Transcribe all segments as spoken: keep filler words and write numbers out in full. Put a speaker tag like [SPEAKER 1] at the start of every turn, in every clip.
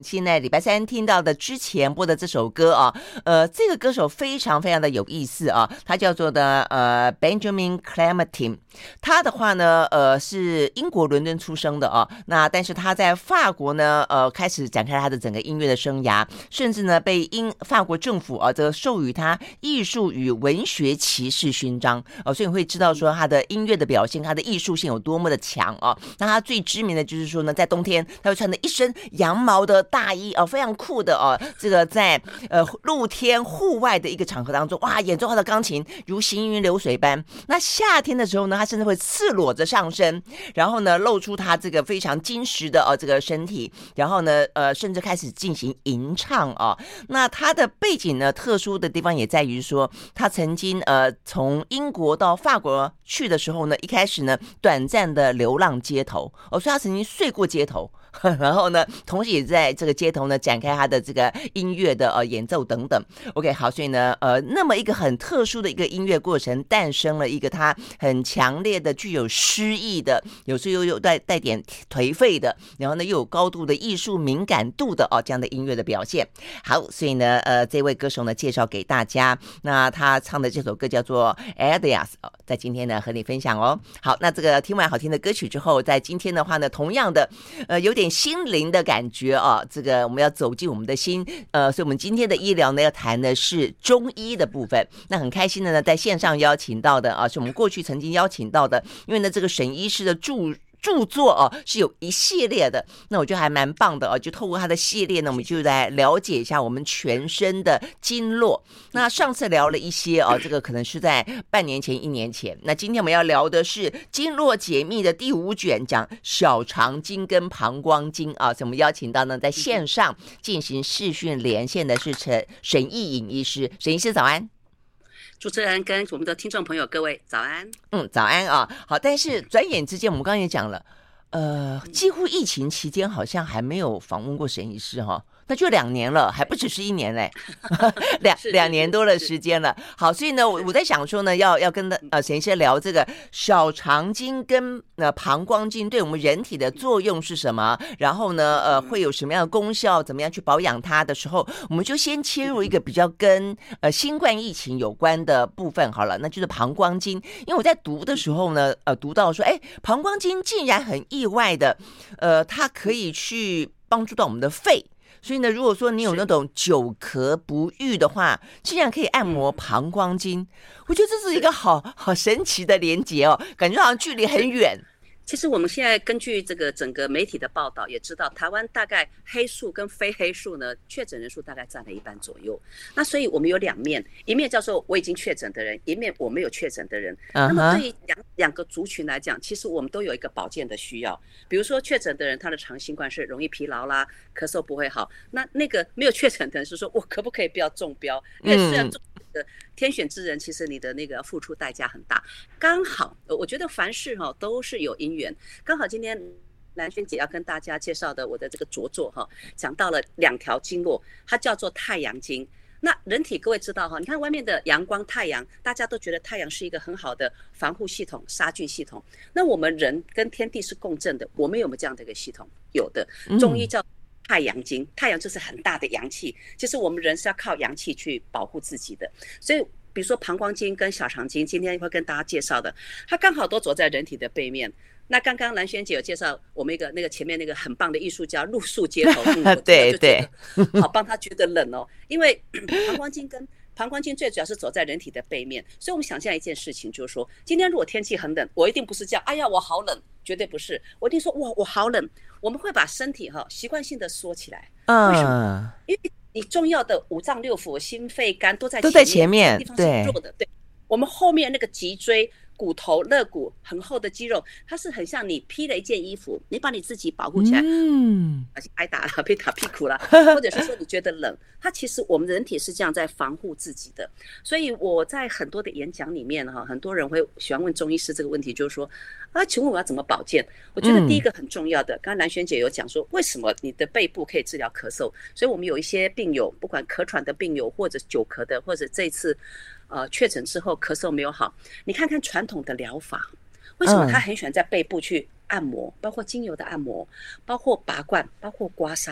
[SPEAKER 1] 现在礼拜三听到的之前播的这首歌啊，呃，这个歌手非常非常的有意思啊，他叫做的呃 Benjamin Clementine， 他的话呢，呃是英国伦敦出生的啊，那但是他在法国呢，呃开始展开他的整个音乐的生涯，甚至呢被英法国政府啊，这个授予他艺术与文学骑士勋章哦，所以你会知道说他的音乐的表现，他的艺术性有多么的强啊。那他最知名的就是说呢，在冬天他会穿着一身羊毛的大衣哦，非常酷的哦。这个在呃露天户外的一个场合当中，哇，演奏他的钢琴如行云流水般。那夏天的时候呢，他甚至会赤裸着上身，然后呢露出他这个非常精实的哦这个身体，然后呢呃甚至开始进行吟唱哦。那他的背景呢，特殊的地方也在于说，他曾经呃从英国到法国去的时候呢，一开始呢短暂的流浪街头哦，所以他曾经睡过街头。然后呢，同时也在这个街头呢展开他的这个音乐的呃演奏等等。OK， 好，所以呢，呃，那么一个很特殊的一个音乐过程，诞生了一个他很强烈的、具有诗意的，有时候又有带带点颓废的，然后呢又有高度的艺术敏感度的哦这样的音乐的表现。好，所以呢，呃，这位歌手呢介绍给大家，那他唱的这首歌叫做《Adidas》哦，在今天呢和你分享哦。好，那这个听完好听的歌曲之后，在今天的话呢，同样的，呃，有点心灵的感觉啊，这个我们要走进我们的心，呃，所以我们今天的医疗呢要谈的是中医的部分。那很开心的呢，在线上邀请到的啊，是我们过去曾经邀请到的，因为呢这个沈医师的著著作哦、啊、是有一系列的，那我觉得还蛮棒的哦、啊。就透过他的系列呢，我们就来了解一下我们全身的经络。那上次聊了一些哦、啊，这个可能是在半年前、一年前。那今天我们要聊的是经络解密的第五卷，讲小肠经跟膀胱经啊。所以我们邀请到呢，在线上进行视讯连线的是陈沈义颖医师。沈医师早安。
[SPEAKER 2] 主持人跟我们的听众朋友各位早安。
[SPEAKER 1] 嗯，早安啊。好，但是转眼之间我们刚刚也讲了，呃，几乎疫情期间好像还没有访问过沈医师哈、哦，那就两年了，还不只是一年嘞，两两年多的时间了。好，所以呢，我我在想说呢，要要跟呃沈医师聊这个小肠经跟呃膀胱经对我们人体的作用是什么，然后呢，呃，会有什么样的功效，怎么样去保养它的时候，我们就先切入一个比较跟呃新冠疫情有关的部分好了，那就是膀胱经。因为我在读的时候呢，呃，读到说，哎，膀胱经竟然很意外的，呃，它可以去帮助到我们的肺。所以呢，如果说你有那种久咳不愈的话，竟然可以按摩膀胱经，我觉得这是一个好好神奇的连结哦，感觉好像距离很远。
[SPEAKER 2] 其实我们现在根据这个整个媒体的报道，也知道台湾大概黑数跟非黑数呢，确诊人数大概占了一半左右。那所以我们有两面，一面叫做我已经确诊的人，一面我没有确诊的人。Uh-huh. 那么对于两两个族群来讲，其实我们都有一个保健的需要。比如说确诊的人，他的长新冠是容易疲劳啦，咳嗽不会好。那那个没有确诊的人是说，我可不可以不要中标？因为虽然中的天选之人，其实你的那个付出代价很大。刚好，我觉得凡事哈都是有因缘。刚好今天蓝轩姐要跟大家介绍的我的这个着作哈，讲到了两条经络，它叫做太阳经。那人体各位知道哈，你看外面的阳光太阳，大家都觉得太阳是一个很好的防护系统、杀菌系统。那我们人跟天地是共振的，我们有没有这样的一个系统？有的，中医叫太阳经，太阳就是很大的阳气，其实我们人是要靠阳气去保护自己的。所以比如说膀胱经跟小肠经，今天会跟大家介绍的，它刚好都走在人体的背面。那刚刚蓝轩姐有介绍我们一个那个前面那个很棒的艺术家露宿街头，嗯、
[SPEAKER 1] 对对，
[SPEAKER 2] 好帮他觉得冷哦，因为膀胱经跟膀胱经最主要是走在人体的背面，所以我们想象一件事情，就是说今天如果天气很冷，我一定不是叫哎呀我好冷，绝对不是，我一定说哇我好冷，我们会把身体哈习惯性的缩起来，为什么？因为你重要的五脏六腑、心肺肝都在前面，
[SPEAKER 1] 都在前面，
[SPEAKER 2] 地方是弱的，对，我们后面那个脊椎、骨头、肋骨很厚的肌肉，它是很像你披了一件衣服，你把你自己保护起来，嗯，挨打了，被打屁股了，或者是说你觉得冷，它其实我们人体是这样在防护自己的。所以我在很多的演讲里面哈，很多人会喜欢问中医师这个问题，就是说啊，请问我要怎么保健？我觉得第一个很重要的，刚刚蓝轩姐有讲说，为什么你的背部可以治疗咳嗽？所以我们有一些病友，不管咳喘的病友，或者久咳的，或者这次呃确诊之后咳嗽没有好，你看看传统的疗法，为什么他很喜欢在背部去按摩，包括精油的按摩，包括拔罐，包括刮痧，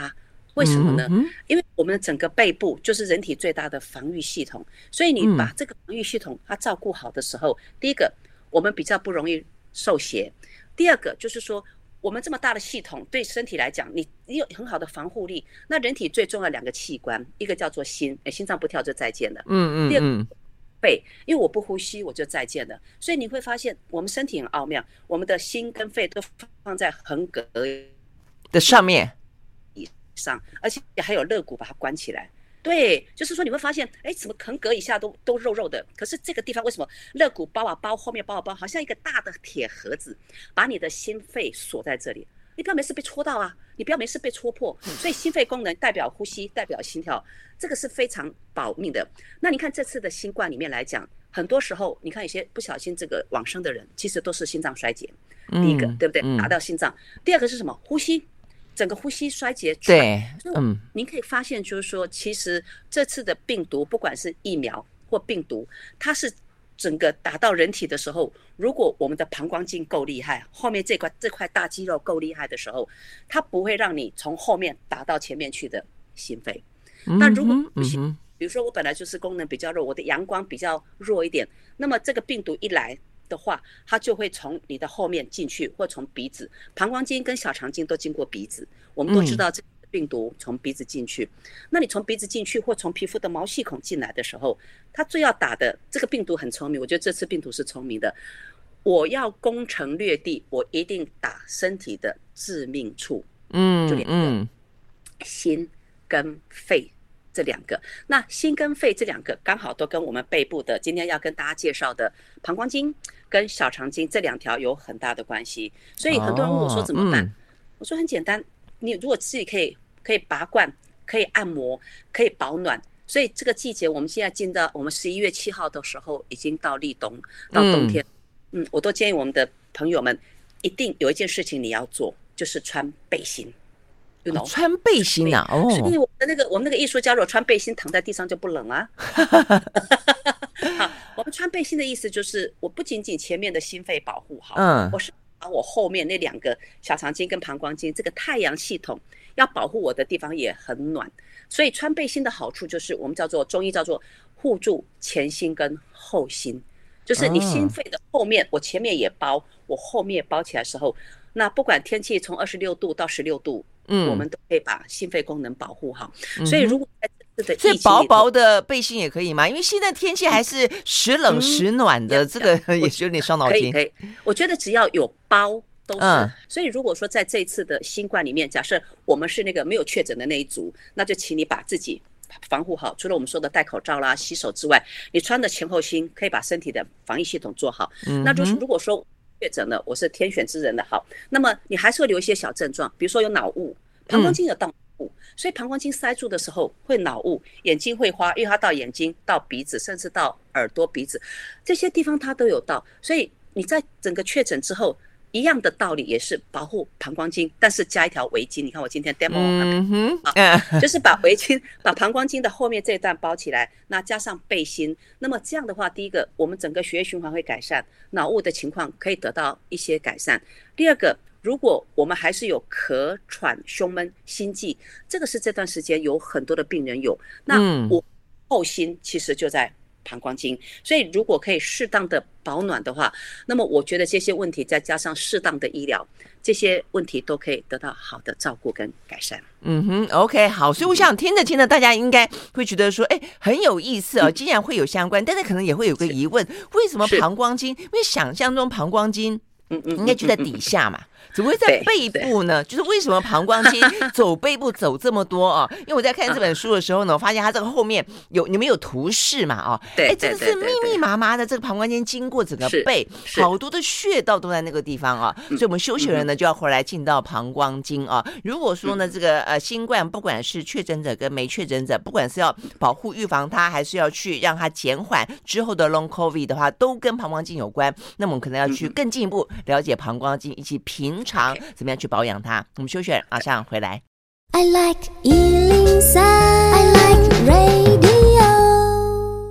[SPEAKER 2] 为什么呢？嗯、因为我们的整个背部就是人体最大的防御系统，所以你把这个防御系统它照顾好的时候，嗯、第一个我们比较不容易受邪，第二个就是说我们这么大的系统对身体来讲，你你有很好的防护力。那人体最重要的两个器官，一个叫做心，哎，心脏不跳就再见了。嗯嗯。第二个肺，因为我不呼吸我就再见了。所以你会发现我们身体很奥妙，我们的心跟肺都放在横膈
[SPEAKER 1] 的上面
[SPEAKER 2] 以上，而且还有肋骨把它关起来。对，就是说你会发现，哎，怎么横膈以下都都肉肉的，可是这个地方为什么肋骨包啊包，后面包啊包，好像一个大的铁盒子，把你的心肺锁在这里。你不要没事被戳到啊，你不要没事被戳破。所以心肺功能代表呼吸，代表心跳，这个是非常保命的。那你看这次的新冠里面来讲，很多时候你看有些不小心这个往生的人，其实都是心脏衰竭。第一个，对不对？打到心脏。第二个是什么？呼吸。整个呼吸衰竭，
[SPEAKER 1] 对，
[SPEAKER 2] 嗯，您可以发现，就是说，其实这次的病毒，不管是疫苗或病毒，它是整个打到人体的时候，如果我们的膀胱经够厉害，后面这块这块大肌肉够厉害的时候，它不会让你从后面打到前面去的心肺。那如果不行，比如说我本来就是功能比较弱，我的阳光比较弱一点，那么这个病毒一来的话，它就会从你的后面进去，或从鼻子、膀胱经跟小肠经都经过鼻子。我们都知道这个病毒从鼻子进去，嗯、那你从鼻子进去或从皮肤的毛细孔进来的时候，它最要打的这个病毒很聪明，我觉得这次病毒是聪明的。我要攻城略地，我一定打身体的致命处，嗯，就两个，心跟肺。这两个，那心跟肺这两个刚好都跟我们背部的今天要跟大家介绍的膀胱经跟小肠经这两条有很大的关系。所以很多人问我说怎么办？哦嗯、我说很简单，你如果自己可以可以拔罐，可以按摩，可以保暖。所以这个季节我们现在进到我们十一月七号的时候，已经到立冬，到冬天。嗯, 嗯，我都建议我们的朋友们一定有一件事情你要做，就是穿背心。You know,
[SPEAKER 1] 哦、穿背心啊！哦，
[SPEAKER 2] 所以我们那个我们那个艺术家如果穿背心躺在地上就不冷啊。好，我们穿背心的意思就是，我不仅仅前面的心肺保护好，嗯，我是把我后面那两个小肠经跟膀胱经这个太阳系统要保护我的地方也很暖。所以穿背心的好处就是，我们叫做中医叫做护住前心跟后心，就是你心肺的后面，我前面也包，我后面也包起来的时候，那不管天气从二十六度到十六度。嗯，我们都可以把心肺功能保护好。嗯、所以如果在这次的疫情，
[SPEAKER 1] 所以薄薄的背心也可以吗？因为现在天气还是时冷时暖的，嗯、这个也是有点伤脑筋。
[SPEAKER 2] 可以，可以。我觉得只要有包都是。嗯、所以如果说在这一次的新冠里面，假设我们是那个没有确诊的那一组，那就请你把自己防护好。除了我们说的戴口罩啦、洗手之外，你穿的前后心可以把身体的防疫系统做好。嗯、那就是如果说确诊了，我是天选之人的好，那么你还是会留一些小症状，比如说有脑雾，膀胱经有到脑雾，嗯、所以膀胱经塞住的时候会脑雾，眼睛会花，因为它到眼睛、到鼻子，甚至到耳朵、鼻子这些地方它都有到，所以你在整个确诊之后，一样的道理也是保护膀胱经，但是加一条围巾。你看我今天 demo，嗯哼啊、就是把围巾把膀胱经的后面这一段包起来，那加上背心，那么这样的话，第一个我们整个血液循环会改善，脑雾的情况可以得到一些改善。第二个，如果我们还是有咳喘、胸闷、心悸，这个是这段时间有很多的病人有，那我后心其实就在膀胱经，所以如果可以适当的保暖的话，那么我觉得这些问题再加上适当的医疗，这些问题都可以得到好的照顾跟改善。
[SPEAKER 1] 嗯哼 ，OK， 好，所以我想听着听着，大家应该会觉得说，哎，很有意思哦，既然会有相关，但是可能也会有个疑问，为什么膀胱经？因为想象中膀胱经应该就在底下嘛。怎么会在背部呢？就是为什么膀胱经走背部走这么多啊？因为我在看这本书的时候呢，我发现它这个后面有你们有图示嘛啊？哎，真的是密密麻麻的这个膀胱经经过整个背，好多的穴道都在那个地方啊。所以我们休息人呢就要回来进到膀胱经啊。如果说呢这个呃新冠不管是确诊者跟没确诊者，不管是要保护预防它，还是要去让它减缓之后的 long covid 的话，都跟膀胱经有关。那么我们可能要去更进一步了解膀胱经以及平常怎么样去保养它。我们休息马上回来。
[SPEAKER 3] I like 一零三 I like radio。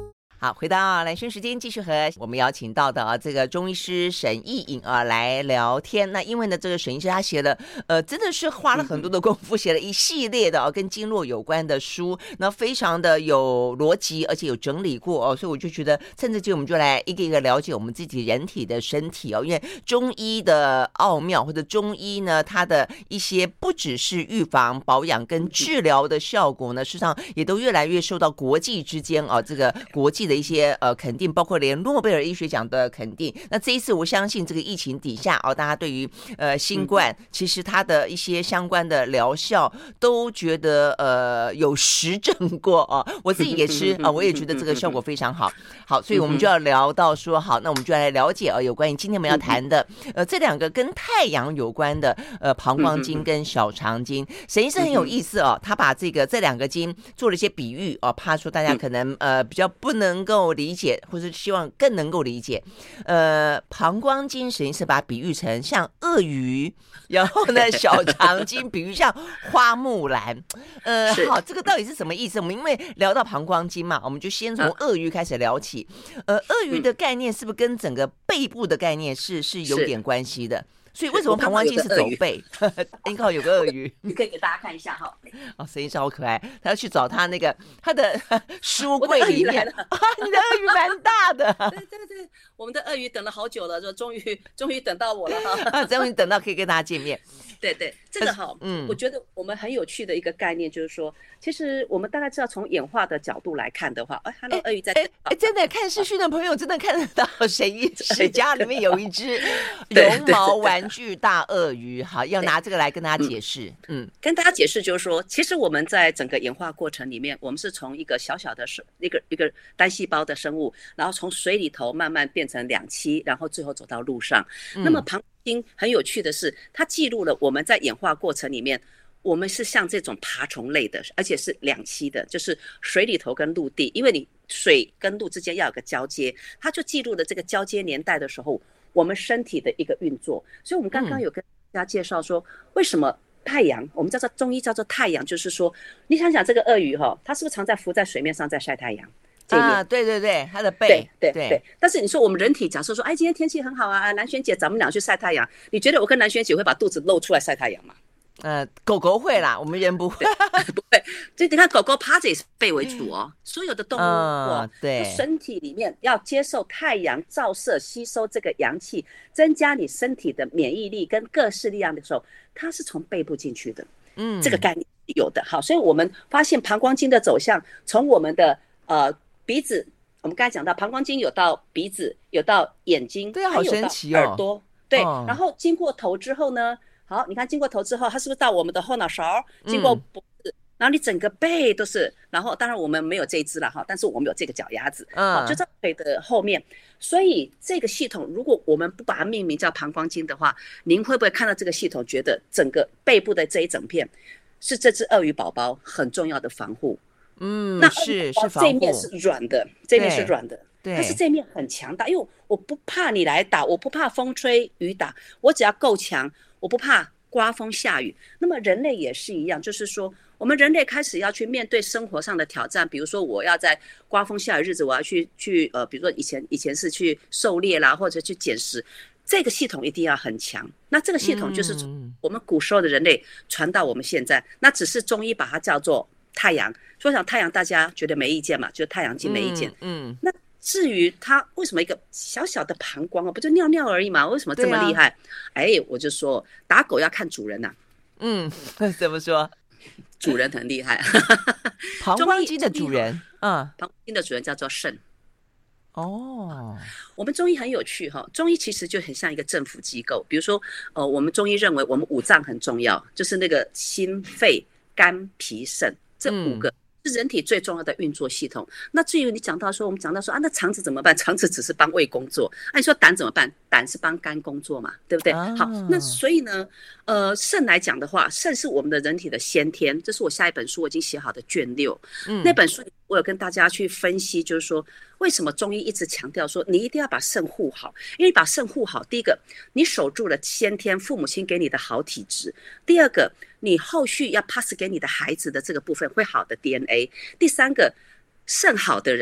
[SPEAKER 1] 好，回到蓝轩时间，继续和我们邀请到的啊这个中医师沈奕颖啊来聊天。那因为呢，这个沈医师他写了，呃，真的是花了很多的功夫，写了一系列的啊跟经络有关的书，那非常的有逻辑，而且有整理过哦，所以我就觉得趁这机我们就来一个一个了解我们自己人体的身体哦，因为中医的奥妙或者中医呢，它的一些不只是预防、保养跟治疗的效果呢，事实上也都越来越受到国际之间啊这个国际的一些呃肯定，包括连诺贝尔医学奖的肯定。那这一次我相信这个疫情底下哦，大家对于呃新冠其实它的一些相关的疗效都觉得呃有实证过哦，我自己也吃啊、呃，我也觉得这个效果非常好。好，所以我们就要聊到说，好，那我们就来了解啊、呃、有关于今天我们要谈的呃这两个跟太阳有关的呃膀胱经跟小肠经。沈医生很有意思哦，他把这个这两个经做了一些比喻哦，怕说大家可能呃比较不能够理解，或是希望更能够理解。呃，膀胱经沈医生把它比喻成像鳄鱼，然后呢，小肠经比喻像花木兰。呃，好，这个到底是什么意思？我们因为聊到膀胱经嘛，我们就先从鳄鱼开始聊起。呃，鳄鱼的概念是不是跟整个背部的概念是是有点关系的？所以为什么膀胱经是走背？应该有个鳄鱼，
[SPEAKER 2] 你可以给大家看一下哈。
[SPEAKER 1] 哦，沈医生好可爱，他要去找他那个他的书柜里面啊，你的鳄鱼蛮大的。
[SPEAKER 2] 对对对，我们的鳄鱼等了好久了，说终于终于等到我了哈，
[SPEAKER 1] 啊，终于等到可以跟大家见面。
[SPEAKER 2] 对对，这个哈，嗯，我觉得我们很有趣的一个概念就是说，其实我们大概知道从演化的角度来看的话，哎，看到鳄鱼在，
[SPEAKER 1] 哎哎，真的看视讯的朋友真的看得到沈医师家里面有一只绒毛玩具大鳄鱼，好，要拿这个来跟大家解释。嗯，
[SPEAKER 2] 跟大家解释就是说，其实我们在整个演化过程里面，我们是从一个小小的一个一个单细胞的生物，然后从水里头慢慢变成两栖，然后最后走到陆上。嗯、那么膀经很有趣的是，它记录了我们在演化过程里面，我们是像这种爬虫类的，而且是两栖的，就是水里头跟陆地，因为你水跟陆之间要有个交接，它就记录了这个交接年代的时候，我们身体的一个运作。所以我们刚刚有跟大家介绍说，为什么太阳，我们叫做中医叫做太阳，就是说，你想想这个鳄鱼哈，它是不是常在浮在水面上在晒太阳？
[SPEAKER 1] 啊，对对对，它的背，
[SPEAKER 2] 对对 对, 对。但是你说我们人体，假设说，哎，今天天气很好啊，蓝萱姐，咱们俩去晒太阳，你觉得我跟蓝萱姐会把肚子露出来晒太阳吗？
[SPEAKER 1] 呃，狗狗会啦，我们人不会，
[SPEAKER 2] 不会。所以你看，狗狗趴着也是背为主哦。所有的动物，哦，对，身体里面要接受太阳照射，吸收这个阳气，增加你身体的免疫力跟各式力量的时候，它是从背部进去的。嗯，这个概念有的。好，所以我们发现膀胱经的走向，从我们的呃鼻子，我们刚才讲到膀胱经有到鼻子，有到眼睛，
[SPEAKER 1] 对啊，好神奇
[SPEAKER 2] 哦，耳朵，对，哦，然后经过头之后呢？好，你看经过头之后，它是不是到我们的后脑勺？经过脖子，嗯，然后你整个背都是。然后当然我们没有这一只了哈，但是我们有这个脚丫子，嗯，就在腿的后面。所以这个系统，如果我们不把它命名叫膀胱经的话，您会不会看到这个系统，觉得整个背部的这一整片是这只鳄鱼宝宝很重要的防护？
[SPEAKER 1] 嗯，
[SPEAKER 2] 那
[SPEAKER 1] 是是防护，
[SPEAKER 2] 这面是软的，这面是软的。它是这面很强大，因为我不怕你来打，我不怕风吹雨打，我只要够强，我不怕刮风下雨。那么人类也是一样，就是说我们人类开始要去面对生活上的挑战，比如说我要在刮风下雨日子，我要去去呃，比如说以前以前是去狩猎啦，或者去捡食，这个系统一定要很强。那这个系统就是我们古时候的人类传到我们现在，那只是中医把它叫做太阳。说讲太阳，大家觉得没意见嘛？就太阳经没意见。嗯，嗯那至于它为什么一个小小的膀胱啊，不就尿尿而已嘛？为什么这么厉害？啊，哎，我就说打狗要看主人呐，啊。
[SPEAKER 1] 嗯，怎么说？
[SPEAKER 2] 主人很厉害。
[SPEAKER 1] 膀胱经的主人，嗯，
[SPEAKER 2] 膀胱经的主人叫做肾。
[SPEAKER 1] 哦，
[SPEAKER 2] 我们中医很有趣哈，中医其实就很像一个政府机构。比如说，呃，我们中医认为我们五脏很重要，就是那个心、肺、肝、脾、肾这五个。嗯是人体最重要的运作系统。那至于你讲到说，我们讲到说啊，那肠子怎么办？肠子只是帮胃工作。那，啊，你说胆怎么办？胆是帮肝工作嘛，对不对？啊，好，那所以呢，呃，肾来讲的话，肾是我们的人体的先天。这是我下一本书我已经写好的卷六。嗯，那本书我有跟大家去分析，就是说为什么中医一直强调说你一定要把肾护好，因为把肾护好，第一个你守住了先天父母亲给你的好体质，第二个你后续要 pass 给你的孩子的这个部分会好的 D N A， 第三个肾好的人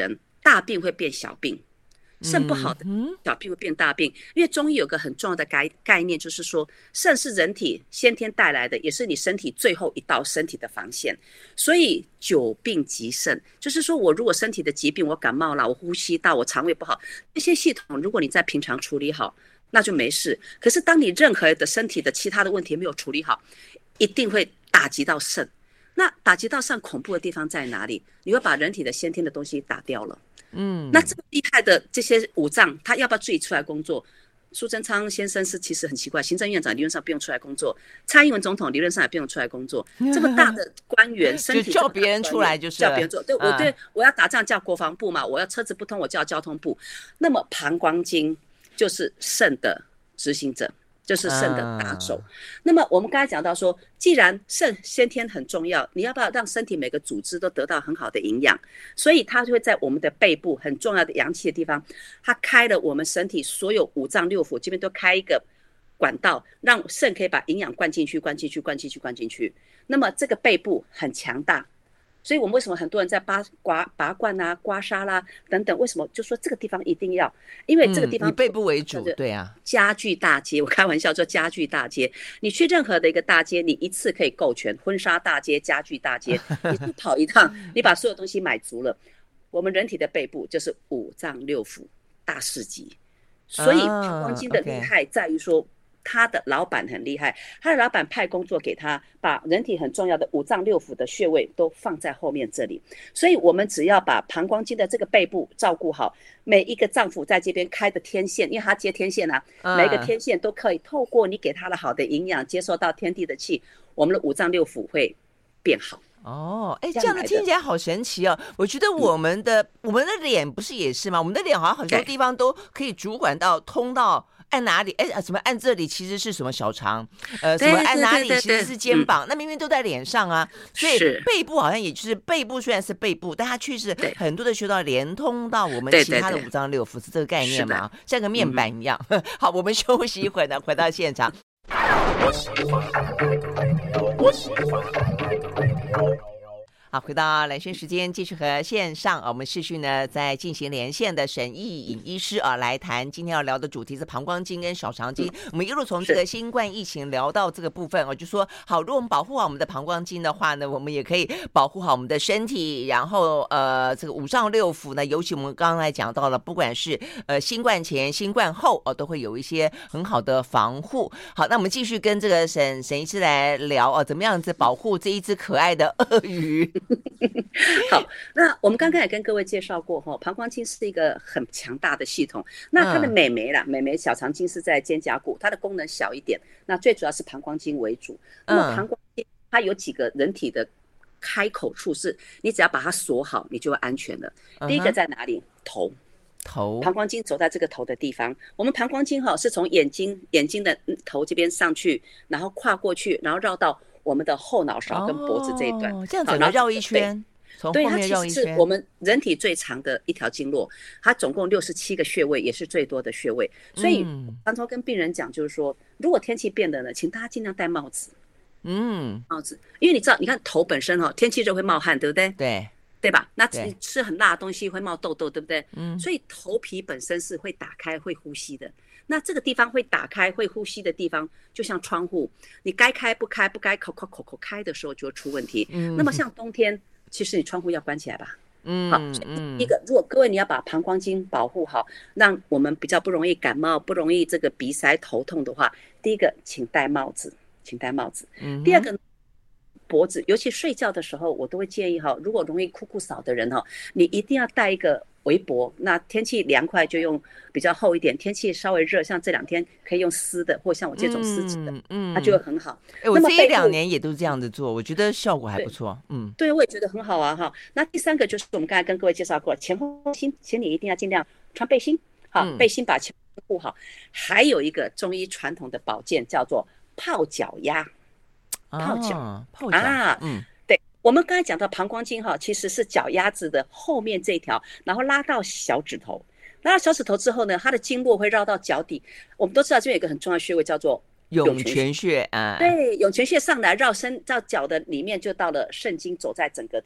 [SPEAKER 2] 大病会变小病。肾不好的小病会变大病，因为中医有个很重要的概概念，就是说肾是人体先天带来的，也是你身体最后一道身体的防线。所以久病及肾，就是说我如果身体的疾病，我感冒了，我呼吸道，我肠胃不好，这些系统如果你在平常处理好，那就没事。可是当你任何的身体的其他的问题没有处理好，一定会打击到肾。那打击到肾恐怖的地方在哪里？你会把人体的先天的东西打掉了。嗯，那这么厉害的这些五脏，他要不要自己出来工作？苏贞昌先生是其实很奇怪，行政院长理论上不用出来工作，蔡英文总统理论上也不用出来工作，这么大的官员，身体
[SPEAKER 1] 就叫别人出来，就是
[SPEAKER 2] 叫别人做。对，我对我要打仗叫国防部嘛，我要车子不通我叫交通部。那么膀胱经就是肾的执行者。就是肾的大手、啊、那么我们刚才讲到说，既然肾先天很重要，你要不要让身体每个组织都得到很好的营养？所以它就会在我们的背部很重要的阳气的地方，它开了我们身体所有五脏六腑这边都开一个管道，让肾可以把营养灌进去灌进去灌进去灌进去。那么这个背部很强大，所以我们为什么很多人在拔刮拔罐啊、刮痧啦等等，为什么就说这个地方一定要？因为这个地方、
[SPEAKER 1] 嗯、以背部为主，对啊，
[SPEAKER 2] 家具大街，我开玩笑说家具大街，你去任何的一个大街，你一次可以购全，婚纱大街、家具大街，你去跑一趟，你把所有东西买足了。我们人体的背部就是五脏六腑大市集，所以膀胱经的厉害在于说。他的老板很厉害，他的老板派工作给他，把人体很重要的五脏六腑的穴位都放在后面这里。所以我们只要把膀胱经的这个背部照顾好，每一个脏腑在这边开的天线，因为它接天线啊，每个天线都可以透过你给他的好的营养，接受到天地的气，我们的五脏六腑会变好。
[SPEAKER 1] 哦，哎，这样的听起来好神奇哦！我觉得我们的、嗯、我们的脸不是也是吗？我们的脸好像很多地方都可以主管到通到。按哪里？哎，什么按这里其实是什么小肠？呃，什么按哪里其实是肩膀？那明明都在脸上啊，所以背部好像也就是背部虽然是背部，但它确实很多的穴道连通到我们其他的五脏六腑，是这个概念嘛？像个面板一样。嗯、好，我们休息一会儿呢，回到现场。我喜欢，我喜欢。好，回到蓝轩时间，继续和线上我们视讯呢在进行连线的沈奕颖医师啊来谈今天要聊的主题是膀胱经跟小肠经。嗯、我们一路从这个新冠疫情聊到这个部分，我就说好，如果我们保护好我们的膀胱经的话呢，我们也可以保护好我们的身体，然后呃这个五脏六腑呢，尤其我们刚才讲到了，不管是呃新冠前、新冠后哦、呃，都会有一些很好的防护。好，那我们继续跟这个沈沈医师来聊哦、呃，怎么样子保护这一只可爱的鳄鱼。
[SPEAKER 2] 好，那我们刚刚也跟各位介绍过哈，膀胱经是一个很强大的系统。那它的美眉啦，美眉小肠经是在肩胛骨，它的功能小一点。那最主要是膀胱经为主。那么膀胱经它有几个人体的开口处是，你只要把它锁好，你就会安全了。第一个在哪里？头。头，膀胱经走在这个头的地方。我们膀胱经哈是从眼睛眼睛的头这边上去，然后跨过去，然后绕到我们的后脑勺跟脖子这一段，哦、
[SPEAKER 1] 这样整个绕一圈，从后面绕一圈。对，它其实是
[SPEAKER 2] 我们人体最长的一条经络，它总共六十七个穴位，也是最多的穴位。所以常常跟病人讲，就是说，如果天气变冷了，请大家尽量戴帽子。嗯，帽子，因为你知道，你看头本身哈，天气热会冒汗，对不对？
[SPEAKER 1] 对。
[SPEAKER 2] 对吧？那你吃很辣的东西会冒痘痘，对不对？嗯，所以头皮本身是会打开、会呼吸的。那这个地方会打开、会呼吸的地方，就像窗户，你该开不开，不该口口口口开的时候就会出问题。嗯，那么像冬天，其实你窗户要关起来吧。嗯，好，所以第一个，如果各位你要把膀胱经保护好，让我们比较不容易感冒、不容易这个鼻塞、头痛的话，第一个，请戴帽子，请戴帽子。嗯，第二个。脖子，尤其睡觉的时候，我都会建议哈，如果容易酷酷扫的人哈，你一定要戴一个围脖。那天气凉快就用比较厚一点，天气稍微热，像这两天可以用丝的，或像我这种丝质的，嗯，它就会很好。
[SPEAKER 1] 哎，我这一两年也都这样子做，我觉得效果还不错。嗯，
[SPEAKER 2] 对，我也觉得很好啊哈。那第三个就是我们刚才跟各位介绍过，前后心，请你一定要尽量穿背心，好，嗯、背心把前后护好。还有一个中医传统的保健叫做泡脚丫。泡脚、哦、
[SPEAKER 1] 泡脚啊，
[SPEAKER 2] 嗯，对，我们刚才讲到膀胱经哈，其实是脚丫子的后面这一条，然后拉到小指头，拉到小指头之后呢，它的经络会绕到脚底。我们都知道这边有一个很重要的穴位叫做
[SPEAKER 1] 涌泉穴啊，
[SPEAKER 2] 对，涌泉穴上来绕身到脚的里面，就到了肾经，走在整个的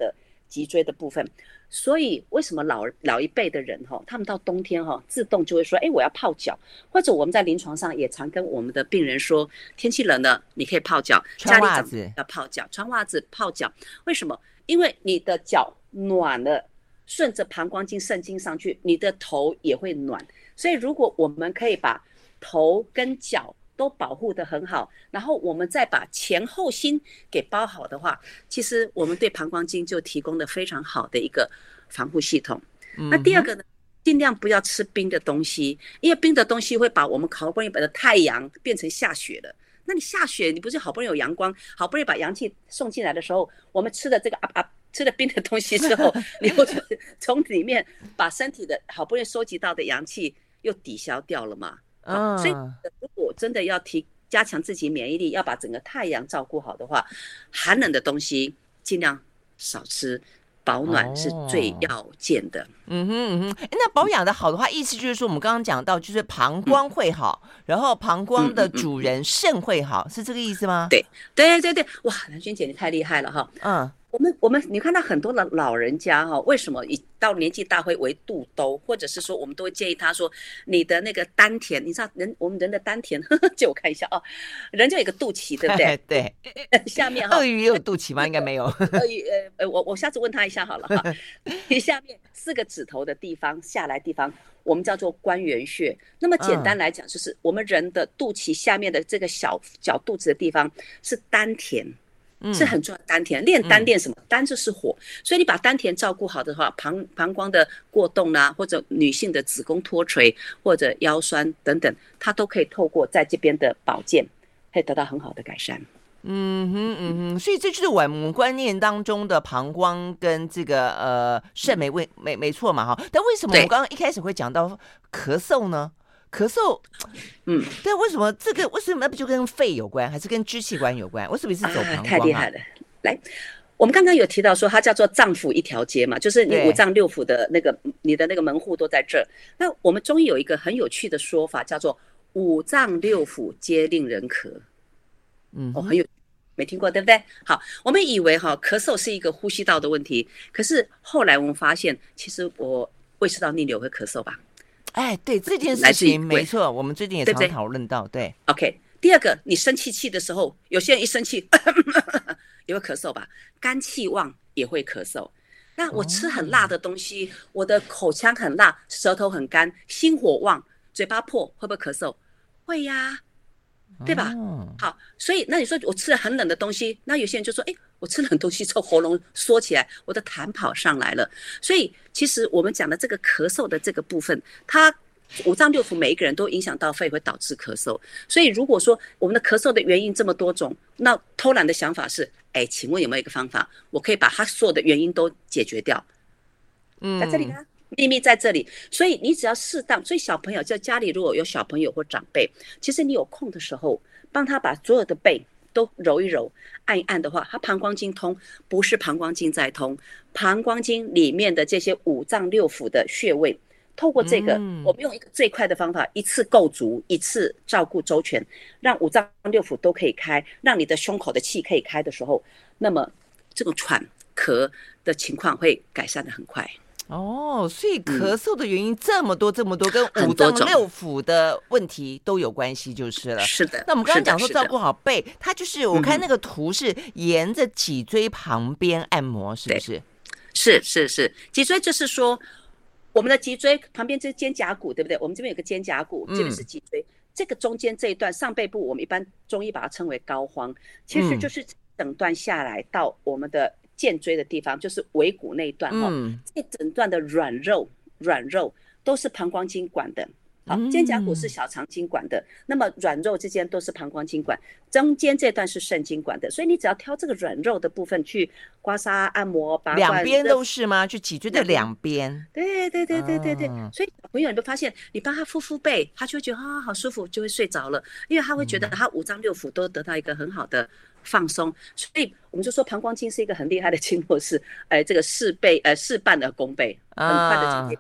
[SPEAKER 2] 脊椎的部分。所以为什么老老一辈的人哈，他们到冬天哈，自动就会说，哎，我要泡脚，或者我们在临床上也常跟我们的病人说，天气冷了，你可以泡脚，
[SPEAKER 1] 穿袜子
[SPEAKER 2] 要泡脚，穿袜子泡脚。为什么？因为你的脚暖了，顺着膀胱经、肾经上去，你的头也会暖。所以如果我们可以把头跟脚都保护得很好，然后我们再把前后心给包好的话，其实我们对膀胱经就提供了非常好的一个防护系统。那第二个呢，尽量不要吃冰的东西，因为冰的东西会把我们好不容易把的太阳变成下雪了。那你下雪，你不是好不容易有阳光，好不容易把阳气送进来的时候，我们吃的这个啊啊吃了冰的东西之后，你又从里面把身体的好不容易收集到的阳气又抵消掉了嘛。
[SPEAKER 1] 嗯，
[SPEAKER 2] 所以如果真的要提加强自己免疫力，要把整个太阳照顾好的话，寒冷的东西尽量少吃，保暖是最要件的。哦、
[SPEAKER 1] 嗯哼嗯哼，那保养的好的话，意思就是说我们刚刚讲到，就是膀胱会好，嗯、然后膀胱的主人肾会好，嗯、是这个意思吗？
[SPEAKER 2] 对对对对，哇，蓝娟姐你太厉害了哈。
[SPEAKER 1] 嗯。
[SPEAKER 2] 我们我们你看到很多的老人家哈，为什么一到年纪大会围肚兜，或者是说我们都会建议他说，你的那个丹田，你知道人我们人的丹田，呵呵借我看一下啊、哦，人就有一个肚脐，对不对？
[SPEAKER 1] 对，
[SPEAKER 2] 下面哈，
[SPEAKER 1] 鳄鱼也有肚脐吗？应该没有。
[SPEAKER 2] 鳄鱼呃呃，我我下次问他一下好了哈。你下面四个指头的地方下来地方，我们叫做关元穴。那么简单来讲，就是我们人的肚脐下面的这个小小肚子的地方是丹田。是很重要的丹田，练丹练什么？丹就是火，所以你把丹田照顾好的话，膀膀胱的过动啦、啊，或者女性的子宫脱垂或者腰酸等等，它都可以透过在这边的保健，可以得到很好的改善。
[SPEAKER 1] 嗯哼嗯哼，所以这就是我们观念当中的膀胱跟这个呃肾没问没没错嘛哈。但为什么我刚刚一开始会讲到咳嗽呢？咳嗽，嗯，对，为什么这个为什么不就跟肺有关，还是跟支气管有关？为什么是走膀胱、啊啊？
[SPEAKER 2] 太厉害了！来，我们刚刚有提到说，它叫做脏腑一条街嘛，就是你五脏六腑的那个，你的那个门户都在这儿。那我们中医有一个很有趣的说法，叫做五脏六腑皆令人咳。嗯，哦，很有。没听过对不对？好，我们以为哈咳嗽是一个呼吸道的问题，可是后来我们发现，其实我胃食道逆流会咳嗽吧？
[SPEAKER 1] 哎，对这件事情没错，我们最近也常讨论到。对, 对
[SPEAKER 2] ，OK。第二个，你生气气的时候，有些人一生气也会咳嗽吧？肝气旺也会咳嗽。那我吃很辣的东西，哦、我的口腔很辣，舌头很干，心火旺，嘴巴破，会不会咳嗽？会呀。对吧？哦、好，所以那你说我吃了很冷的东西，那有些人就说，哎，我吃了很多东西之后喉咙缩起来，我的痰跑上来了。所以其实我们讲的这个咳嗽的这个部分，它五脏六腑每一个人都影响到肺，会导致咳嗽。所以如果说我们的咳嗽的原因这么多种，那偷懒的想法是，哎，请问有没有一个方法，我可以把它所有的原因都解决掉？嗯，在这里呢。秘密在这里，所以你只要适当，所以小朋友在家里如果有小朋友或长辈，其实你有空的时候，帮他把所有的背都揉一揉、按一按的话，他膀胱经通，不是膀胱经在通，膀胱经里面的这些五脏六腑的穴位，透过这个，嗯、我们用一个最快的方法，一次构筑，一次照顾周全，让五脏六腑都可以开，让你的胸口的气可以开的时候，那么这种喘咳的情况会改善得很快。
[SPEAKER 1] 哦，所以咳嗽的原因这么多这么多，跟五脏六腑的问题都有关系就是了。
[SPEAKER 2] 是的。
[SPEAKER 1] 那我们刚刚讲说照顾好背，它就是我看那个图是沿着脊椎旁边按摩，是不是？
[SPEAKER 2] 是是是，脊椎就是说我们的脊椎旁边就是肩胛骨，对不对？我们这边有个肩胛骨，这边是脊椎，嗯、这个中间这一段上背部，我们一般中医把它称为膏肓，其实就是整段下来到我们的肩椎的地方，就是尾骨那一段哈，嗯、这整段的软肉软肉都是膀胱经管的。好，肩胛骨是小肠经管的，嗯、那么软肉之间都是膀胱经管，中间这段是肾经管的，所以你只要挑这个软肉的部分去刮痧、按摩、拔罐，
[SPEAKER 1] 两边都是吗？就脊椎的两边？
[SPEAKER 2] 对对对对对对。哦、所以小朋友你会发现，你帮他敷敷背，他就会觉得啊好舒服，就会睡着了，因为他会觉得他五脏六腑都得到一个很好的放松，所以我们就说膀胱经是一个很厉害的经络，是，呃，这个事倍呃事半的功倍，很快的就可以把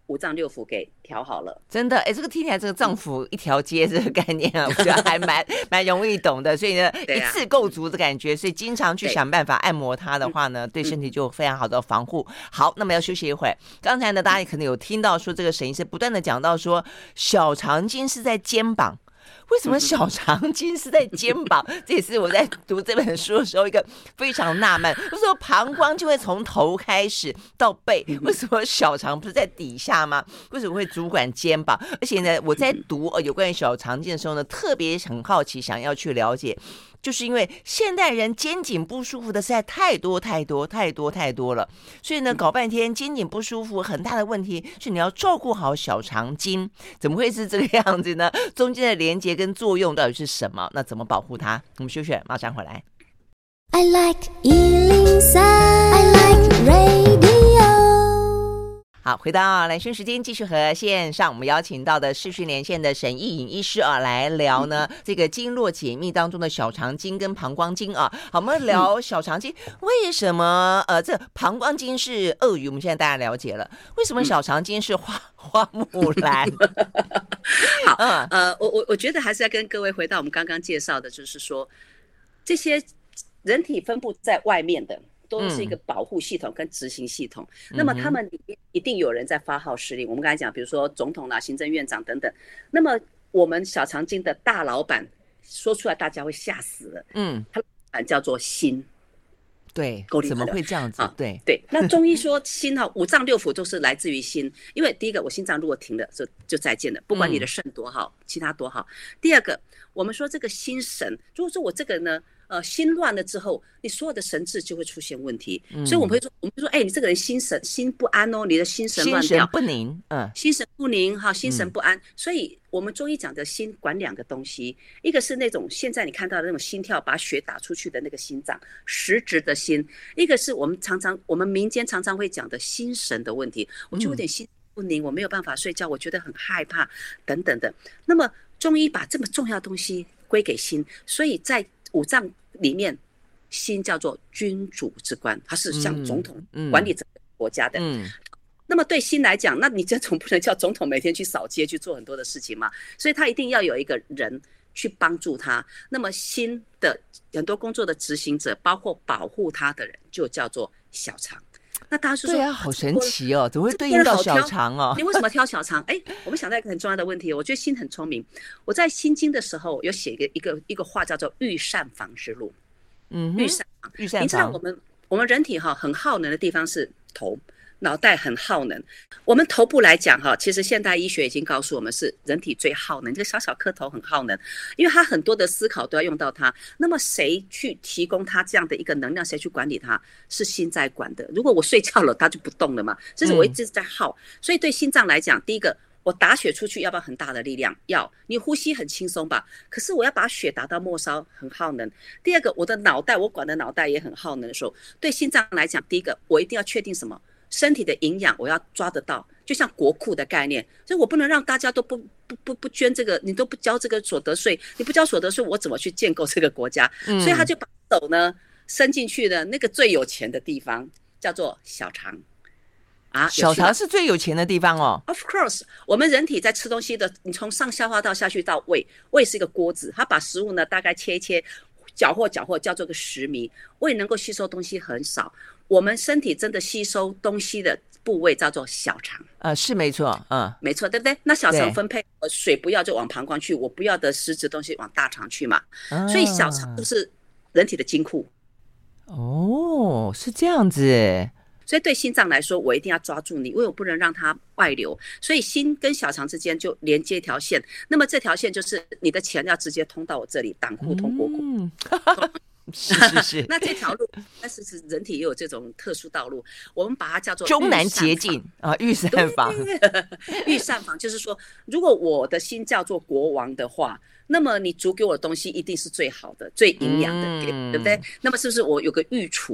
[SPEAKER 2] 五脏六腑给调好了。
[SPEAKER 1] 真的，哎，这个听起来这个脏腑一条街这个概念啊，我觉得还蛮蛮容易懂的。所以呢，啊、一次够足的感觉，所以经常去想办法按摩它的话呢，对身体就有非常好的防护。好，那么要休息一会儿。刚才呢，大家可能有听到说，这个沈医师不断的讲到说，小肠经是在肩膀。为什么小肠经是在肩膀？这也是我在读这本书的时候一个非常纳闷。为什么膀胱就会从头开始到背？为什么小肠不是在底下吗？为什么会主管肩膀？而且呢，我在读呃有关于小肠经的时候呢，特别很好奇，想要去了解。就是因为现代人肩颈不舒服的实在太多太多太多太多了，所以呢搞半天肩颈不舒服很大的问题是你要照顾好小肠经，怎么会是这个样子呢？中间的连结跟作用到底是什么？那怎么保护它？我们休息，马上回来。I like 一零三 I like radio。好，回到蓝轩时间，继续和线上我们邀请到的视讯连线的沈奕颖医师啊，来聊呢、嗯、这个经络解密当中的小肠经跟膀胱经啊。好，我们聊小肠经，嗯、为什么呃这膀胱经是鳄鱼？我们现在大家了解了，为什么小肠经是花、嗯、花木兰？
[SPEAKER 2] 好，嗯、呃，我我我觉得还是要跟各位回到我们刚刚介绍的，就是说这些人体分布在外面的。都是一个保护系统跟执行系统、嗯、那么他们里面一定有人在发号施令。我们刚才讲比如说总统啦、行政院长等等，那么我们小肠经的大老板说出来大家会吓死了，嗯，他老板叫做心。
[SPEAKER 1] 对，怎么会这样子、啊、对
[SPEAKER 2] 对，那中医说心哈，五脏六腑都是来自于心。因为第一个我心脏如果停了就就再见了，不管你的肾多好、嗯、其他多好。第二个我们说这个心神，如果说我这个呢呃，心乱了之后，你所有的神志就会出现问题，嗯、所以我们会说，我们会说，哎、欸，你这个人心神心不安哦，你的心神乱掉，
[SPEAKER 1] 心神不宁，嗯，
[SPEAKER 2] 心神不宁哈，心神不安。嗯、所以我们中医讲的心管两个东西，一个是那种现在你看到的那种心跳把血打出去的那个心脏，实质的心；一个是我们常常我们民间常常会讲的心神的问题，我就有点心不宁，我没有办法睡觉，我觉得很害怕等等的。那么中医把这么重要的东西归给心，所以在五脏里面，心叫做君主之官，它是像总统管理整个国家的。嗯嗯、那么对心来讲，那你这总不能叫总统每天去扫街去做很多的事情嘛？所以他一定要有一个人去帮助他。那么心的很多工作的执行者，包括保护他的人，就叫做小肠。那大家说，
[SPEAKER 1] 对啊，好神奇哦，怎么会对应到小肠哦？
[SPEAKER 2] 你为什么挑小肠？哎，我们想到一个很重要的问题，我觉得心很聪明。我在心经的时候有写一个一个一个话叫做御膳房之路。嗯，御膳房，御膳房。你知道我们我们人体哈很耗能的地方是头，脑袋很耗能。我们头部来讲哈，其实现代医学已经告诉我们是人体最耗能，这个小小颗头很耗能，因为它很多的思考都要用到它。那么谁去提供它这样的一个能量？谁去管理它？是心在管的。如果我睡觉了，它就不动了嘛。这是我一直在耗，嗯、所以对心脏来讲，第一个。我打血出去要不要很大的力量？要。你呼吸很轻松吧？可是我要把血打到末梢，很耗能。第二个，我的脑袋，我管的脑袋也很耗能的时候，对心脏来讲，第一个我一定要确定什么？身体的营养我要抓得到，就像国库的概念，所以我不能让大家都不不不不捐这个，你都不交这个所得税，你不交所得税，我怎么去建构这个国家？嗯、所以他就把手呢伸进去的那个最有钱的地方，叫做小肠。啊，
[SPEAKER 1] 小肠是最有钱的地方哦。
[SPEAKER 2] Of course， 我们人体在吃东西的，你从上消化道下去到胃，胃是一个锅子，它把食物呢大概切一切，搅和搅和，叫做个食糜。胃能够吸收东西很少，我们身体真的吸收东西的部位叫做小肠。
[SPEAKER 1] 呃，是没错，嗯，
[SPEAKER 2] 没错，对不对？那小肠分配，水不要就往膀胱去，我不要的实质东西往大肠去嘛。啊、所以小肠就是人体的金库。
[SPEAKER 1] 哦，是这样子。
[SPEAKER 2] 所以对心脏来说，我一定要抓住你，因为我不能让它外流。所以心跟小肠之间就连接一条线，那么这条线就是你的钱要直接通到我这里，党库通国库。嗯
[SPEAKER 1] 是是是。
[SPEAKER 2] 那这条路，但是人体也有这种特殊道路，我们把它叫做
[SPEAKER 1] 中南捷径啊，御膳房。
[SPEAKER 2] 御膳房就是说，如果我的心叫做国王的话，那么你煮给我的东西一定是最好的、最营养的，嗯、对不对？那么是不是我有个御厨？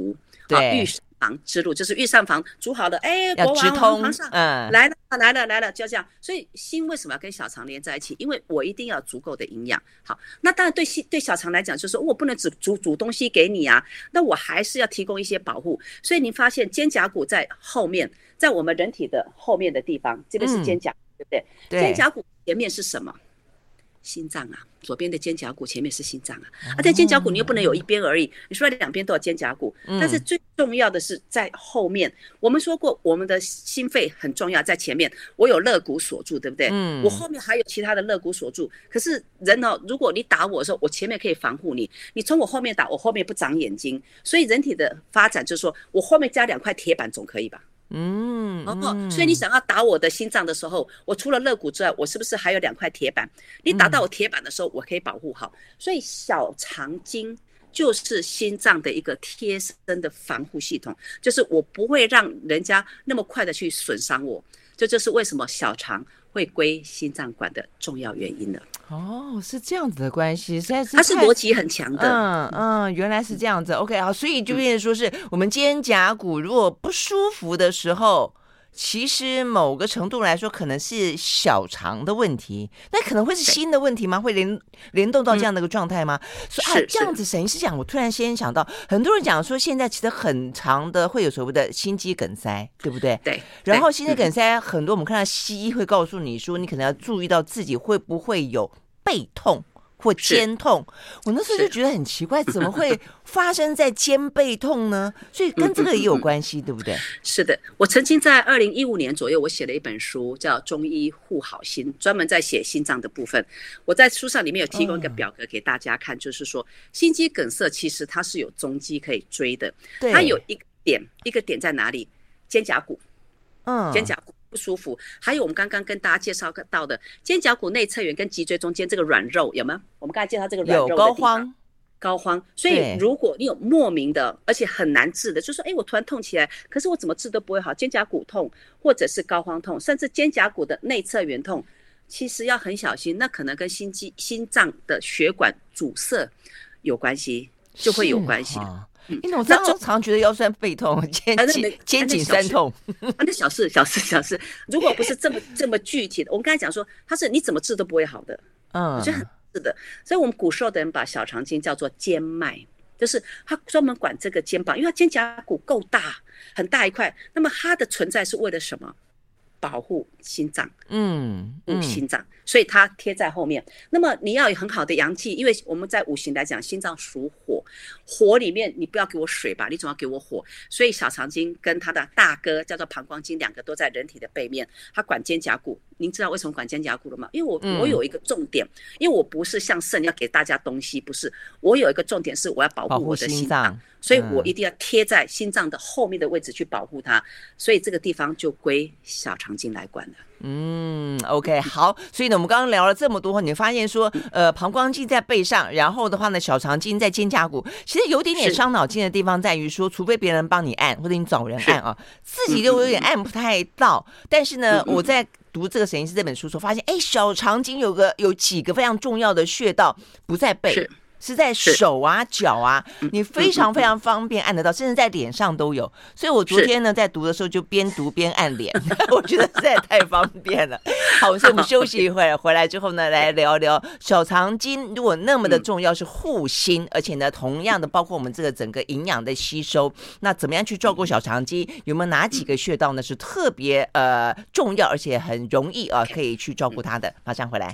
[SPEAKER 1] 对，
[SPEAKER 2] 啊，御膳房之路就是御膳房煮好了，哎，
[SPEAKER 1] 要
[SPEAKER 2] 国王
[SPEAKER 1] 直通，
[SPEAKER 2] 皇上、
[SPEAKER 1] 嗯，
[SPEAKER 2] 来了来了来了，就这样。所以心为什么要跟小肠连在一起？因为我一定要足够的营养。好，那当然对心对小肠来讲，就是说我不能只煮煮东西给你啊，那我还是要提供一些保护。所以您发现肩胛骨在后面，在我们人体的后面的地方，这边是肩胛骨，嗯、对不对？
[SPEAKER 1] 对，
[SPEAKER 2] 肩胛骨前面是什么？心脏啊，左边的肩胛骨前面是心脏啊，啊，在肩胛骨你又不能有一边而已，你说两边都有肩胛骨，但是最重要的是在后面。我们说过，我们的心肺很重要，在前面，我有肋骨锁住，对不对？嗯，我后面还有其他的肋骨锁住。可是人哦，如果你打我的时候，我前面可以防护你，你从我后面打，我后面不长眼睛。所以人体的发展就是说我后面加两块铁板总可以吧？嗯，哦，所以你想要打我的心脏的时候，我除了肋骨之外，我是不是还有两块铁板？你打到我铁板的时候，我可以保护好。所以小肠经就是心脏的一个贴身的防护系统，就是我不会让人家那么快的去损伤我。这就是为什么小肠会归心脏管的重要原因了。
[SPEAKER 1] 哦，是这样子的关系，实在是
[SPEAKER 2] 它是逻辑很强的。
[SPEAKER 1] 嗯嗯，原来是这样子。OK， 好，所以就变成说是我们肩胛骨如果不舒服的时候，其实某个程度来说可能是小肠的问题，那可能会是心的问题吗？会联联动到这样的一个状态吗？嗯、所以啊，这样子沈医师讲，我突然先想到，很多人讲说现在其实很长的会有所谓的心肌梗塞，对不对？
[SPEAKER 2] 对。
[SPEAKER 1] 然后心肌梗塞很多，我们看到西医会告诉你说，你可能要注意到自己会不会有背痛或肩痛。我那时候就觉得很奇怪，怎么会发生在肩背痛呢？所以跟这个也有关系，嗯嗯嗯对不对？
[SPEAKER 2] 是的，我曾经在二零一五年左右，我写了一本书叫《中医护好心》，专门在写心脏的部分。我在书上里面有提供一个表格给大家看，嗯、就是说心肌梗塞其实它是有踪迹可以追的，它有一个点，一个点在哪里？肩胛骨，嗯，肩胛骨。不舒服，还有我们刚刚跟大家介绍到的肩胛骨内侧缘跟脊椎中间这个软肉有没有？我们刚才介绍这个软肉的地方，有膏肓，膏肓。所以如果你有莫名的，而且很难治的，就是说，哎，我突然痛起来，可是我怎么治都不会好，肩胛骨痛或者是膏肓痛，甚至肩胛骨的内侧缘痛，其实要很小心，那可能跟心肌、心脏的血管阻塞有关系，就会有关系。
[SPEAKER 1] 因为我常常觉得腰酸背痛、肩颈肩颈酸痛，
[SPEAKER 2] 啊，那小事小事小事。如果不是这么这么具体的，我们刚才讲说，它是你怎么治都不会好的，嗯，我觉得很是的。所以我们古时候的人把小肠经叫做肩脉，就是它专门管这个肩膀，因为它肩胛骨够大，很大一块。那么它的存在是为了什么？保护心脏，嗯，护心脏，所以它贴在后面。那么你要有很好的阳气，因为我们在五行来讲，心脏属火，火里面你不要给我水吧，你总要给我火。所以小肠经跟它的大哥叫做膀胱经，两个都在人体的背面，它管肩胛骨。您知道为什么管肩胛骨了吗？因为我、嗯、我有一个重点，因为我不是像肾要给大家东西，不是，我有一个重点是我要保护我的心脏，心所以我一定要贴在心脏的后面的位置去保护它，所以这个地方就归小肠经来管了。
[SPEAKER 1] 嗯 ，OK， 好，所以呢，我们刚刚聊了这么多，你发现说，呃，膀胱经在背上，然后的话呢，小肠经在肩胛骨，其实有点点伤脑筋的地方在于说，除非别人帮你按，或者你找人按啊，自己就有点按不太到。但是呢，我在读这个沈医师这本书时候，发现，哎，小肠经有个有几个非常重要的穴道不在背。是是在手啊脚啊，你非常非常方便按得到，甚至在脸上都有。所以我昨天呢在读的时候就边读边按脸，我觉得实在太方便了。好，所以我们休息一会儿，回来之后呢来聊聊小肠经如果那么的重要是护心，而且呢同样的包括我们这个整个营养的吸收，那怎么样去照顾小肠经？有没有哪几个穴道呢是特别呃重要而且很容易啊可以去照顾它的？马上回来。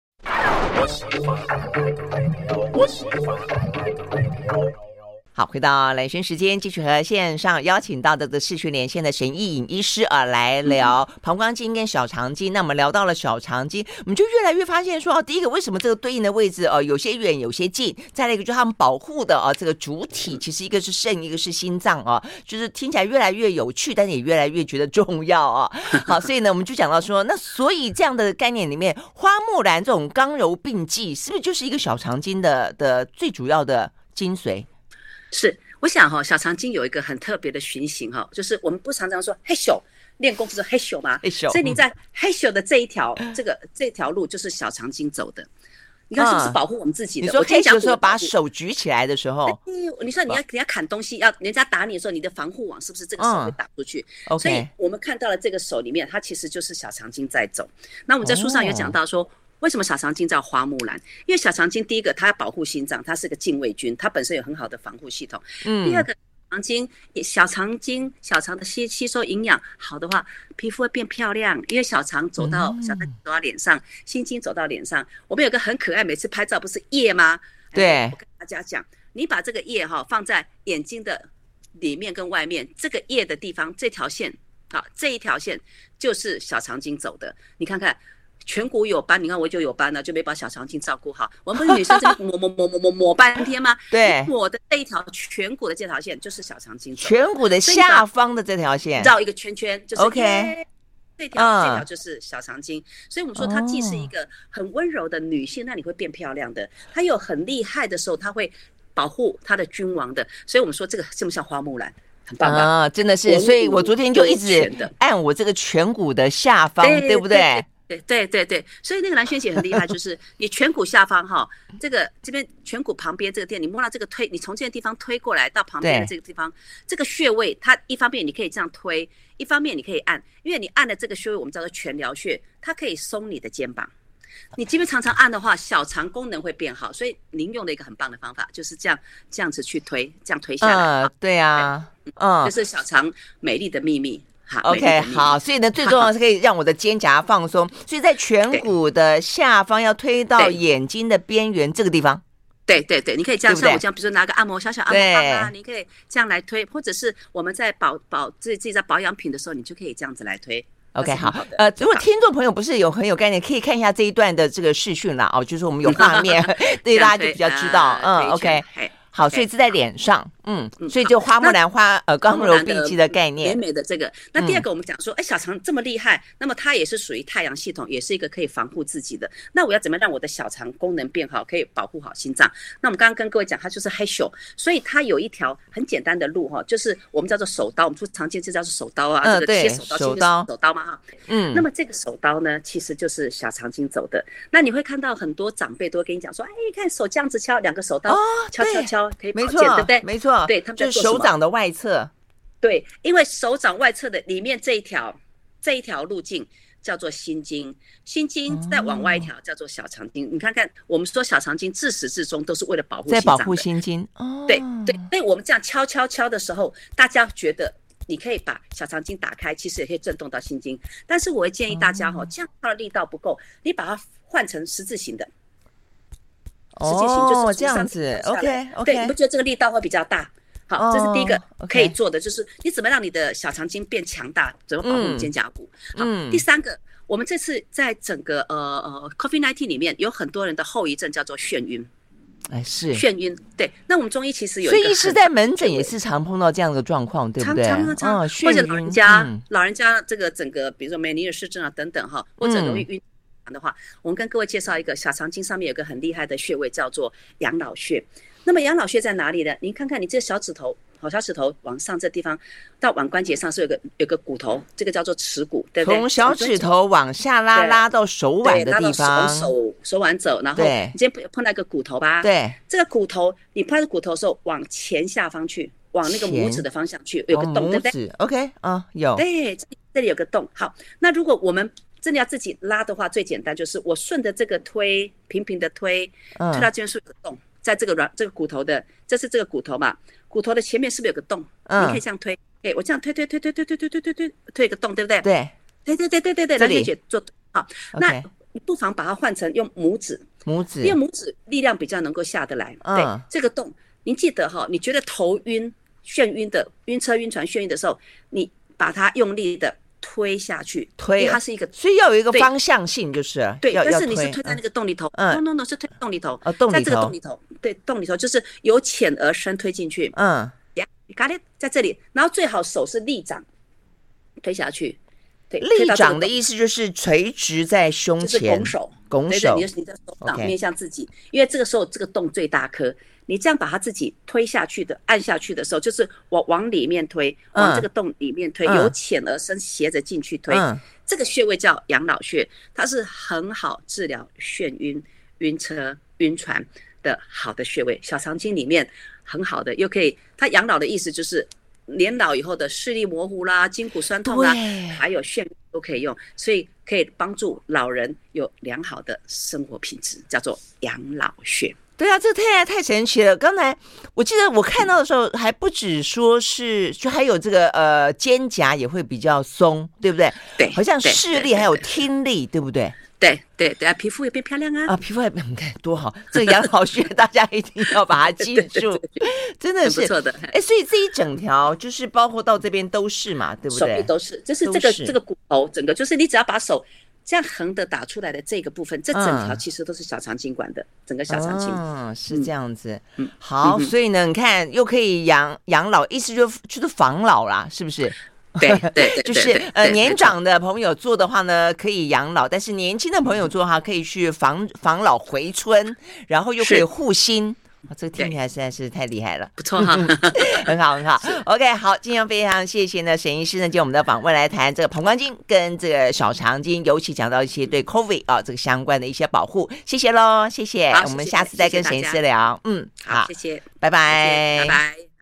[SPEAKER 1] 好，回到蓝轩时间，继续和线上邀请到的视讯连线的沈一颖医师啊，来聊膀胱经跟小肠经。那我们聊到了小肠经，我们就越来越发现说，哦，第一个为什么这个对应的位置哦有些远有些近，再来一个就是他们保护的啊这个主体，其实一个是肾，一个是心脏啊，就是听起来越来越有趣，但也越来越觉得重要啊。好，所以呢，我们就讲到说，那所以这样的概念里面，花木兰这种刚柔并济，是不是就是一个小肠经的的最主要的精髓？
[SPEAKER 2] 是，我想哈、哦，小肠经有一个很特别的循行哈、哦，就是我们不常常说嘿咻练功夫是嘿咻吗？嘿咻，所以你在嘿咻的这一条、嗯、这个这条路就是小肠经走的。 你看是不是保护我们自己的？
[SPEAKER 1] 嗯、你说
[SPEAKER 2] 我今天讲
[SPEAKER 1] 的时候把手举起来的时候，
[SPEAKER 2] 你说你要人家砍东西，要人家打你的时候，你的防护网是不是这个手会打出去？
[SPEAKER 1] 嗯、
[SPEAKER 2] 所以我们看到了这个手里面，它其实就是小长今在走。那我们在书上有讲到说。哦，为什么小长今叫花木兰？因为小长今第一个，它要保护心脏，它是个禁卫军，它本身有很好的防护系统。嗯，第二个，长今小长今小肠的吸吸收营养好的话，皮肤会变漂亮，因为小肠走到、嗯、小肠走到脸上，心经走到脸上。我们有个很可爱，每次拍照不是叶吗？
[SPEAKER 1] 对，
[SPEAKER 2] 我跟大家讲，你把这个叶哈放在眼睛的里面跟外面，这个叶的地方这条线，好，这一条线就是小长今走的，你看看。颧骨有斑，你看我就有斑了，就没把小长今照顾好。我们不是女生这边抹抹抹抹抹抹半天吗？
[SPEAKER 1] 对，
[SPEAKER 2] 抹的这一条颧骨的这条线就是小长今走。
[SPEAKER 1] 颧骨的下方的这条线
[SPEAKER 2] 绕一个圈圈，就是
[SPEAKER 1] OK。
[SPEAKER 2] 这条、嗯、这条就是小长今，所以我们说它既是一个很温柔的女性，那你会变漂亮的；它有很厉害的时候，它会保护它的君王的。所以我们说这个像不像花木兰？很棒吧？
[SPEAKER 1] 啊，真的是。所以我昨天就一直按我这个颧骨的下方，对, 对不对？
[SPEAKER 2] 对对对对，所以那个蓝萱姐很厉害，就是你颧骨下方哈，这个这边颧骨旁边这个点，你摸到这个推，你从这个地方推过来到旁边的这个地方，这个穴位，它一方面你可以这样推，一方面你可以按，因为你按的这个穴位我们叫做全髎穴，它可以松你的肩膀。你这边常常按的话，小肠功能会变好，所以您用的一个很棒的方法就是这样这样子去推，这样推下来。
[SPEAKER 1] 嗯，对啊，嗯，
[SPEAKER 2] 这是小肠美丽的秘密。
[SPEAKER 1] OK， 好，所以呢，最重要的是可以让我的肩胛放松，所以在颧骨的下方要推到眼睛的边缘这个地方。
[SPEAKER 2] 对对对，你可以这样，像我这样，比如说拿个按摩小小按摩棒啊，你可以这样来推，或者是我们在保保自己自己在保养品的时候，你就可以这样子来推。
[SPEAKER 1] OK， 好，呃，如果听众朋友不是有很有概念，可以看一下这一段的这个视讯啦，哦，就是我们有画面，对大家就比较知道，嗯 ，OK。好，所以是在脸上，嗯，所以就花木兰花呃刚柔并济的概念，
[SPEAKER 2] 美美的这个。那第二个我们讲说，哎、嗯，小肠这么厉害，那么它也是属于太阳系统，也是一个可以防护自己的。那我要怎么让我的小肠功能变好，可以保护好心脏？那我们刚刚跟各位讲，它就是黑手，所以它有一条很简单的路哈，就是我们叫做手刀，我们说常见这叫做手刀啊，
[SPEAKER 1] 嗯、
[SPEAKER 2] 这个切手刀，
[SPEAKER 1] 手刀，
[SPEAKER 2] 手刀嘛哈。嗯，那么这个手刀呢，其实就是小长今走的。那你会看到很多长辈都会跟你讲说，哎，看手这样子敲，两个手刀、哦、敲敲敲可以保健，对不对？
[SPEAKER 1] 没错，
[SPEAKER 2] 对，他们在
[SPEAKER 1] 做什么？就是手掌的外侧。
[SPEAKER 2] 对，因为手掌外侧的里面这一条这一条路径叫做心经，心经再往外一条叫做小长今。哦、你看看，我们说小长今自始至终都是为了保护心脏的，
[SPEAKER 1] 在保护心经。哦，
[SPEAKER 2] 对对，所以我们这样敲敲敲的时候，大家觉得你可以把小长今打开，其实也可以震动到心经。但是我会建议大家哈、哦，这样它的力道不够，你把它换成十字形的。实际型就是
[SPEAKER 1] 这样子 ，OK OK，
[SPEAKER 2] 对，你不觉得这个力道会比较大？好，这是第一个可以做的，就是你怎么让你的小长今变强大，怎么保护你肩胛骨。好，第三个，我们这次在整个呃呃 COVID 十九 里面有很多人的后遗症叫做眩晕，
[SPEAKER 1] 哎是
[SPEAKER 2] 眩晕，对。那我们中医其实有一个，
[SPEAKER 1] 所以医师在门诊也是常碰到这样的状况，对不对？
[SPEAKER 2] 常常常，或者老人家老人家这个整个，比如说梅尼尔氏症啊等等哈，或者容易晕。的话，我们跟各位介绍一个小长今上面有个很厉害的穴位，叫做养老穴。那么养老穴在哪里呢？您看看你这小指头，好小指头往上这地方到腕关节上是有个有个骨头，这个叫做尺骨，对不对？
[SPEAKER 1] 从小指头往下拉，拉到手腕的地方，
[SPEAKER 2] 从手手腕走，然后你今天碰到一个骨头吧？
[SPEAKER 1] 对，
[SPEAKER 2] 这个骨头你碰到骨头的时候，往前下方去，往那个拇指的方向去，有个洞，对不对
[SPEAKER 1] ？OK 啊，有。
[SPEAKER 2] 对，这里有个洞。好，那如果我们真的要自己拉的话，最简单就是我顺着这个推，平平的推，推到这边是有个洞，在这个软这个骨头的，这是这个骨头嘛？骨头的前面是不是有个洞？嗯，你可以这样推，哎，我这样推推推推推推推推推推推一个洞，对不对？
[SPEAKER 1] 对，
[SPEAKER 2] 对对对对对对，蓝萱姐做好。那你不妨把它换成用拇指，
[SPEAKER 1] 拇指，
[SPEAKER 2] 因为拇指力量比较能够下得来。对，这个洞，您记得哈，你觉得头晕、眩晕的、晕车、晕船、眩晕的时候，你把它用力的推下去，
[SPEAKER 1] 推，
[SPEAKER 2] 因为它是一个，
[SPEAKER 1] 所以要有一个方向性，就是
[SPEAKER 2] 对，但是你是推在那个洞里头，嗯 ，no no no 是推洞里头，
[SPEAKER 1] 哦，洞里头，
[SPEAKER 2] 在这个洞里头，对，洞里头就是由浅而深推进去，
[SPEAKER 1] 嗯，
[SPEAKER 2] 你看，在这里，然后最好手是立掌推下去，对，
[SPEAKER 1] 立掌的意思就是垂直在胸前，
[SPEAKER 2] 就是拱手，
[SPEAKER 1] 拱手，
[SPEAKER 2] 你的你的手掌面向自己，因为这个时候这个洞最大颗。你这样把它自己推下去的，按下去的时候，就是我往里面推，往这个洞里面推，嗯、由浅而深斜着进去推。嗯、这个穴位叫养老穴，它是很好治疗眩晕、 晕车、晕船的好的穴位。小肠经里面很好的，又可以，它养老的意思就是年老以后的视力模糊啦、筋骨酸痛啦，还有眩晕都可以用，所以可以帮助老人有良好的生活品质，叫做养老穴。
[SPEAKER 1] 对啊，这太太神奇了！刚才我记得我看到的时候，还不止说是，就还有这个呃肩胛也会比较松，对不对？
[SPEAKER 2] 对，
[SPEAKER 1] 好像视力还有听力，对不对？
[SPEAKER 2] 对对对啊，皮肤也变漂亮啊！
[SPEAKER 1] 啊，皮肤还你看多好，这个养老穴大家一定要把它记住，对对对，真的是
[SPEAKER 2] 不错的。
[SPEAKER 1] 哎，所以这一整条就是包括到这边都是嘛，对不对？
[SPEAKER 2] 手臂都是，就是这个这个骨头，整个就是你只要把手这样横的打出来的这个部分，这整条其实都是小肠经管的，嗯、整个小肠经。
[SPEAKER 1] 嗯，是这样子。
[SPEAKER 2] 嗯，
[SPEAKER 1] 好，
[SPEAKER 2] 嗯、
[SPEAKER 1] 所以呢，你看又可以养养老，意思就就是防老啦，是不是？
[SPEAKER 2] 对对对，
[SPEAKER 1] 就是呃年长的朋友做的话呢，可以养老，但是年轻的朋友做的话，可以去防防老回春，然后又可以护心。这个听起来实在是太厉害了，
[SPEAKER 2] 不错哈，
[SPEAKER 1] 很好很好。OK， 好，今天非常谢谢呢沈医师呢，接我们的访问来谈这个膀胱经跟这个小肠经，尤其讲到一些对 COVID 啊这个相关的一些保护。谢谢喽，谢谢，我们下次再跟沈医师聊。嗯，
[SPEAKER 2] 好，谢谢，
[SPEAKER 1] 拜拜，
[SPEAKER 2] 拜拜。